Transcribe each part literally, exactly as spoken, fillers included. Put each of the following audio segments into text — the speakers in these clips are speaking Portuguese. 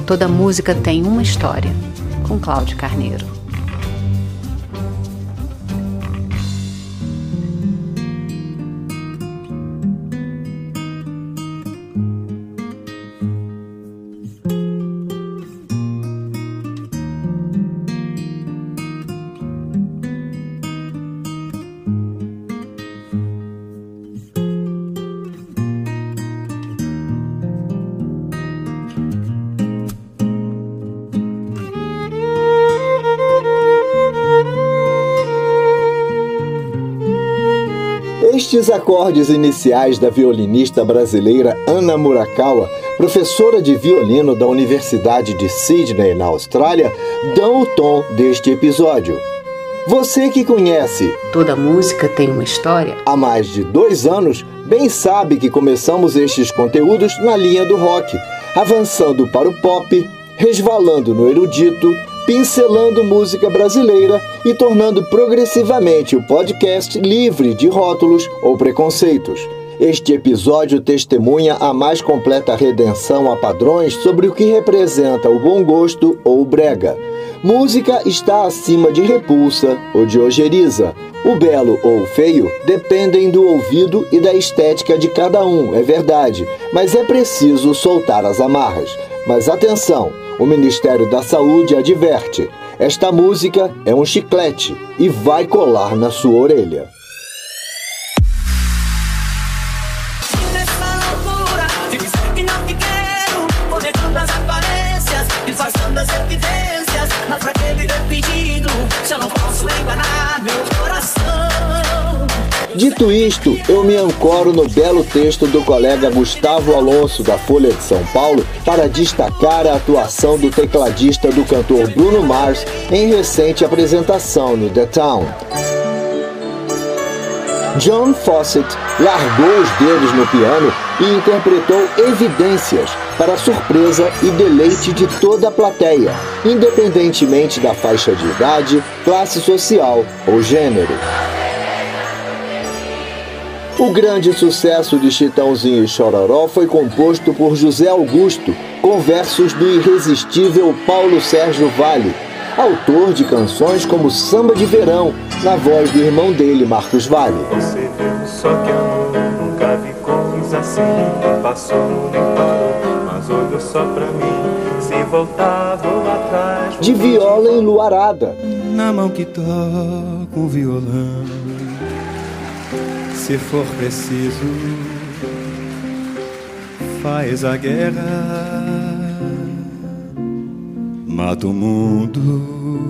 Toda música tem uma história, com Cláudio Carneiro. Estes acordes iniciais da violinista brasileira Ana Murakawa, professora de violino da Universidade de Sydney, na Austrália, dão o tom deste episódio. Você que conhece Toda música tem uma história há mais de dois anos, bem sabe que começamos estes conteúdos na linha do rock, avançando para o pop, resvalando no erudito, pincelando música brasileira e tornando progressivamente o podcast livre de rótulos ou preconceitos. Este episódio testemunha a mais completa redenção a padrões sobre o que representa o bom gosto ou o brega. Música está acima de repulsa ou de ojeriza. O belo ou o feio dependem do ouvido e da estética de cada um, é verdade, mas é preciso soltar as amarras. Mas atenção, o Ministério da Saúde adverte, esta música é um chiclete e vai colar na sua orelha. Dito isto, eu me ancoro no belo texto do colega Gustavo Alonso, da Folha de São Paulo, para destacar a atuação do tecladista do cantor Bruno Mars em recente apresentação no The Town. John Fossett largou os dedos no piano e interpretou Evidências, para surpresa e deleite de toda a plateia, independentemente da faixa de idade, classe social ou gênero. O grande sucesso de Chitãozinho e Chororó foi composto por José Augusto, com versos do irresistível Paulo Sérgio Vale, autor de canções como Samba de Verão, na voz do irmão dele, Marcos Vale. Você viu só que amor, nunca vi coisa assim, passou nem parou, mas olhou só pra mim, se voltar vou atrás. De viola enluarada. Na mão que toca o violão, se for preciso, faz a guerra, mata o mundo,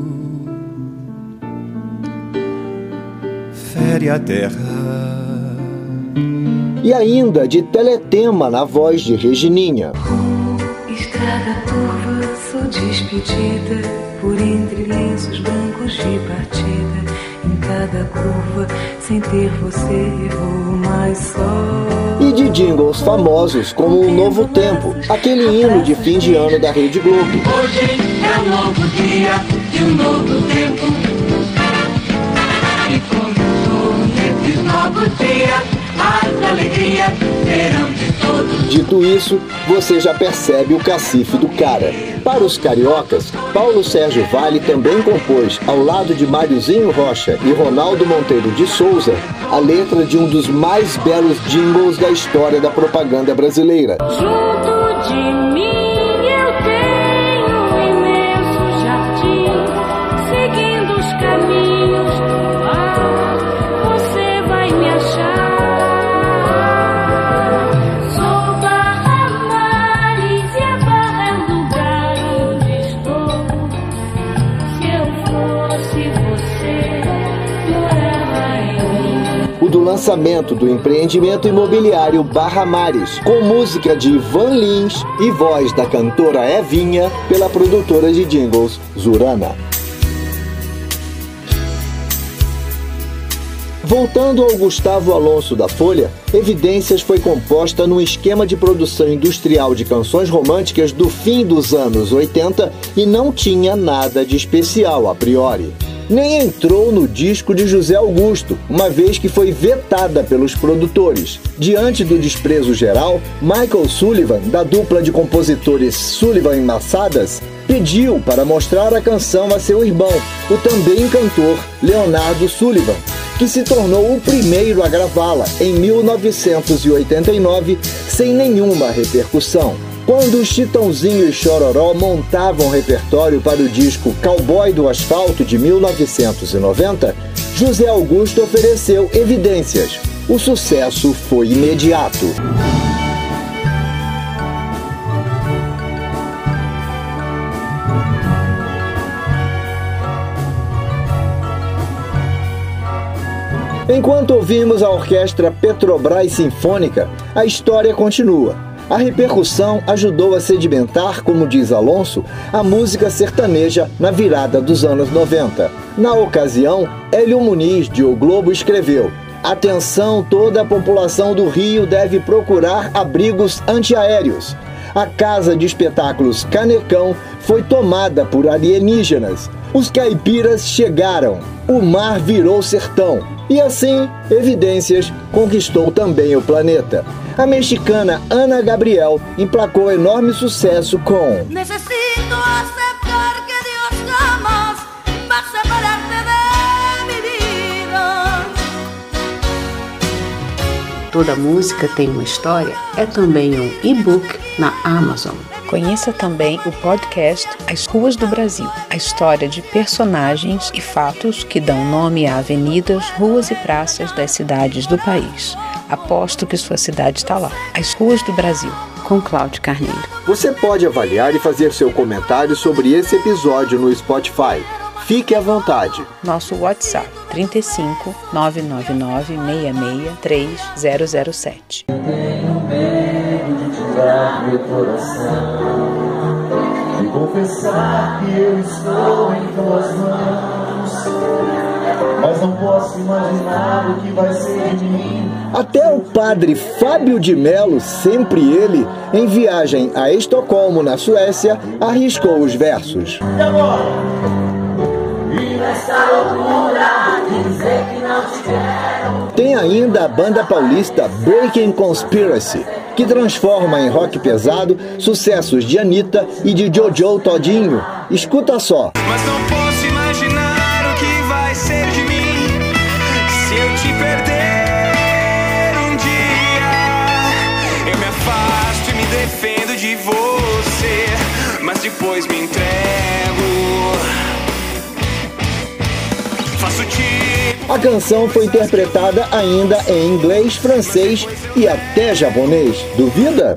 fere a terra. E ainda de Teletema, na voz de Regininha. Estrada turva, sou despedida, por entre lenços brancos de partida. Em cada curva, sem ter você, vou mais só. E de jingles famosos como Um Novo Tempo, aquele hino de fim de ano da Rede Globo. Hoje é um novo dia e um novo tempo. E quando nesse novo dia, a alegria terão de todos. Dito isso, você já percebe o cacife do cara. Para os cariocas, Paulo Sérgio Vale também compôs, ao lado de Máriozinho Rocha e Ronaldo Monteiro de Souza, a letra de um dos mais belos jingles da história da propaganda brasileira. Junto de mim eu tenho um imenso jardim, seguindo os caminhos, ah, você vai me achar. Sou Barra Maris, Barra é o lugar onde estou. Se eu fosse você, morava em mim. O do lançamento do empreendimento imobiliário Barra Maris, com música de Ivan Lins e voz da cantora Evinha pela produtora de jingles Zurana. Voltando ao Gustavo Alonso da Folha, Evidências foi composta num esquema de produção industrial de canções românticas do fim dos anos oitenta e não tinha nada de especial a priori. nem entrou no disco de José Augusto, uma vez que foi vetada pelos produtores. Diante do desprezo geral, Michael Sullivan, da dupla de compositores Sullivan e Massadas, pediu para mostrar a canção a seu irmão, o também cantor Leonardo Sullivan, que se tornou o primeiro a gravá-la em mil novecentos e oitenta e nove sem nenhuma repercussão. Quando Chitãozinho e Chororó montavam repertório para o disco Cowboy do Asfalto de mil novecentos e noventa, José Augusto ofereceu Evidências. O sucesso foi imediato. Enquanto ouvimos a orquestra Petrobras Sinfônica, a história continua. A repercussão ajudou a sedimentar, como diz Alonso, a música sertaneja na virada dos anos noventa. Na ocasião, Hélio Muniz, de O Globo, escreveu: "Atenção, toda a população do Rio deve procurar abrigos antiaéreos. A casa de espetáculos Canecão foi tomada por alienígenas. Os caipiras chegaram. O mar virou sertão." E assim, Evidências conquistou também o planeta. A mexicana Ana Gabriel emplacou enorme sucesso com Necesito aceptar que Dios jamás va a separarte de mi vida. Toda música tem uma história é também um e-book na Amazon. Conheça também o podcast As Ruas do Brasil, a história de personagens e fatos que dão nome a avenidas, ruas e praças das cidades do país. Aposto que sua cidade está lá. As Ruas do Brasil, com Cláudio Carneiro. Você pode avaliar e fazer seu comentário sobre esse episódio no Spotify. Fique à vontade. Nosso WhatsApp trinta e cinco, nove nove nove, seis seis, três zero zero sete. Tenho medo de tirar meu coração e confessar que eu estou em tuas mãos, mas não posso imaginar o que vai ser de mim. Até o padre Fábio de Mello, sempre ele, em viagem a Estocolmo, na Suécia, arriscou os versos. E agora? E nessa loucura de dizer que não te quero. Tem ainda a banda paulista Breaking Conspiracy, que transforma em rock pesado sucessos de Anitta e de Jojo Todinho. Escuta só. Mas não posso imaginar o que vai ser de mim se eu te perder um dia. Eu me afasto e me defendo de você, mas depois me entrego. Faço tipo... A canção foi interpretada ainda em inglês, francês e até japonês. Duvida?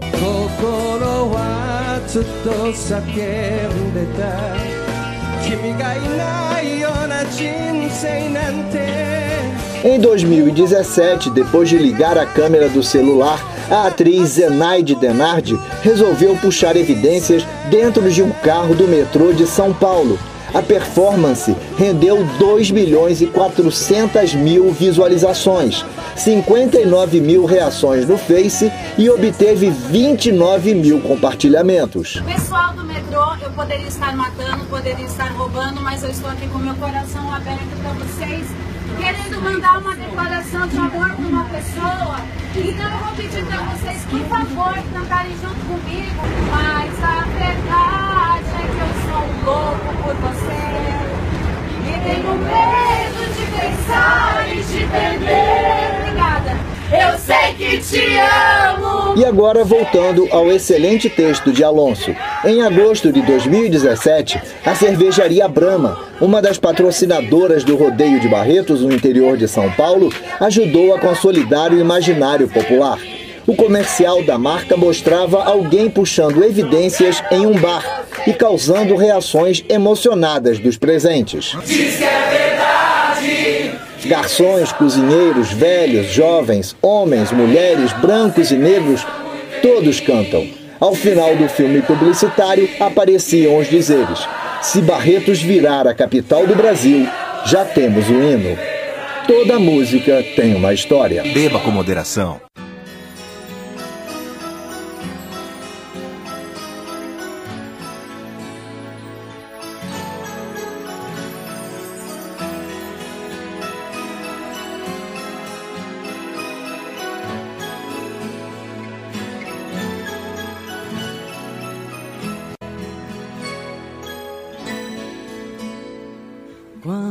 Em dois mil e dezessete, depois de ligar a câmera do celular, a atriz Zenaide Denardi resolveu puxar evidências dentro de um carro do metrô de São Paulo. A performance rendeu dois milhões e quatrocentas mil visualizações, cinquenta e nove mil reações no Face e obteve vinte e nove mil compartilhamentos. Pessoal do metrô, eu poderia estar matando, poderia estar roubando, mas eu estou aqui com meu coração aberto para vocês, querendo mandar uma declaração de amor para uma pessoa. Então eu vou pedir para vocês, por favor, cantarem junto comigo. Mas a verdade é que eu sou um louco por você e tenho medo de pensar e te perder. Obrigada. Eu sei que te amo. E agora voltando ao excelente texto de Alonso. Em agosto de dois mil e dezessete, a cervejaria Brahma, uma das patrocinadoras do Rodeio de Barretos no interior de São Paulo, ajudou a consolidar o imaginário popular. O comercial da marca mostrava alguém puxando evidências em um bar e causando reações emocionadas dos presentes. Diz que é verdade. Garçons, cozinheiros, velhos, jovens, homens, mulheres, brancos e negros, todos cantam. Ao final do filme publicitário, apareciam os dizeres: se Barretos virar a capital do Brasil, já temos o hino. Toda música tem uma história. Beba com moderação.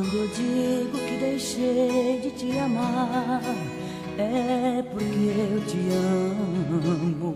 Quando eu digo que deixei de te amar, é porque eu te amo.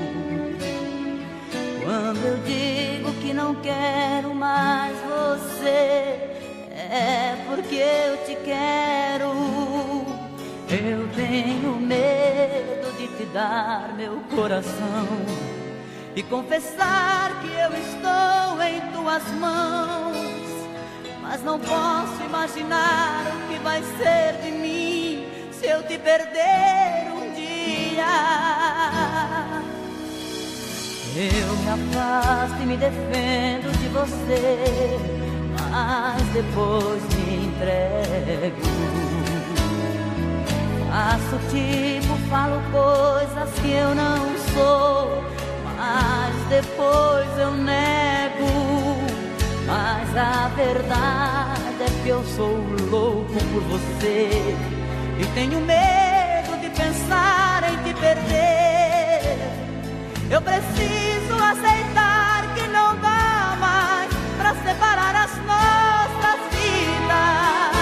Quando eu digo que não quero mais você, é porque eu te quero. Eu tenho medo de te dar meu coração e confessar que eu estou em tuas mãos. Mas não posso imaginar o que vai ser de mim se eu te perder um dia. Eu me afasto e me defendo de você, mas depois me entrego. Faço tipo, falo coisas que eu não sou, mas depois eu nego. Mas a verdade é que eu sou louco por você e tenho medo de pensar em te perder. Eu preciso aceitar que não dá mais pra separar as nossas vidas.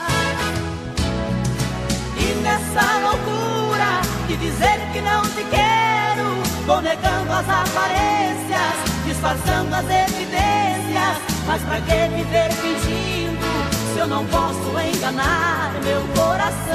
E nessa loucura de dizer que não te quero, vou negando as aparências, disfarçando as evidências. Mas pra que viver fingindo se eu não posso enganar meu coração?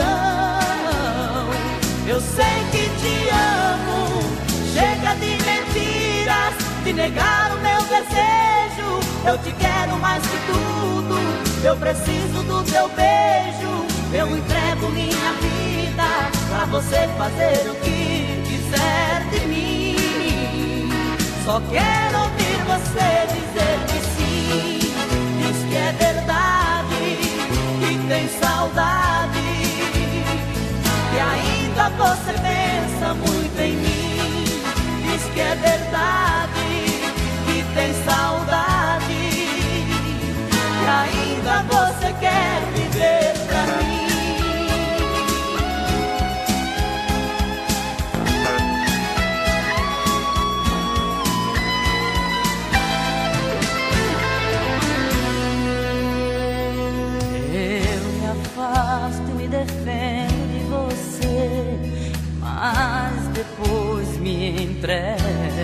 Eu sei que te amo, chega de mentiras, de negar o meu desejo. Eu te quero mais que tudo, eu preciso do teu beijo. Eu entrego minha vida pra você fazer o que quiser de mim. Só quero ouvir você dizer que sim, diz que é verdade, que tem saudade, que ainda você pensa muito em mim. Diz que é verdade, que tem saudade, que ainda você quer viver pra mim. Afasto e me defendo de você, mas depois me entrego.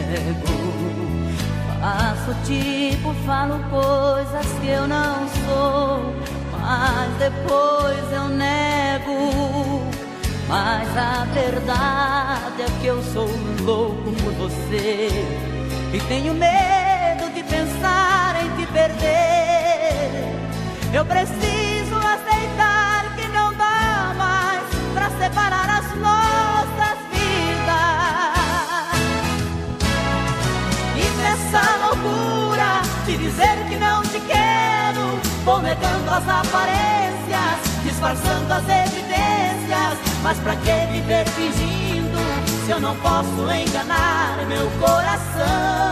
Faço tipo, falo coisas que eu não sou, mas depois eu nego. Mas a verdade é que eu sou louco por você e tenho medo de pensar em te perder. Eu preciso aceitar que não dá mais pra separar as nossas vidas. E nessa loucura de dizer que não te quero, vou negando as aparências, disfarçando as evidências. Mas pra que viver fingindo se eu não posso enganar meu coração?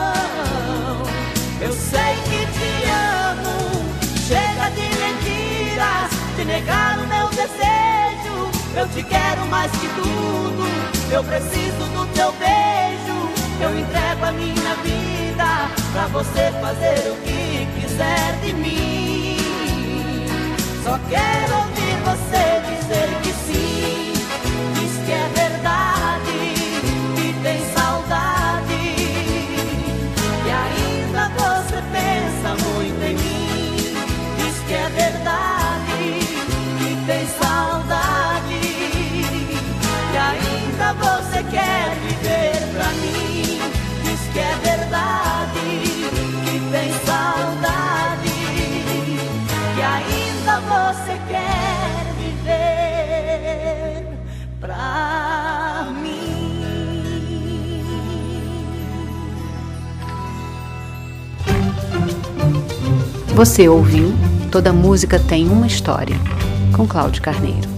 Eu sei que te amo, chega de mentiras, de negar o meu desejo. Eu te quero mais que tudo, eu preciso do teu beijo. Eu entrego a minha vida pra você fazer o que quiser de mim. Só quero ouvir você dizer que sim, diz que é verdade, que tem saudade, que ainda você pensa muito em mim. Diz que é verdade, que tem saudade, que ainda você quer viver pra mim. Diz que é verdade, que tem saudade, que ainda você quer viver pra mim. Você ouviu Toda Música Tem Uma História, com Cláudio Carneiro.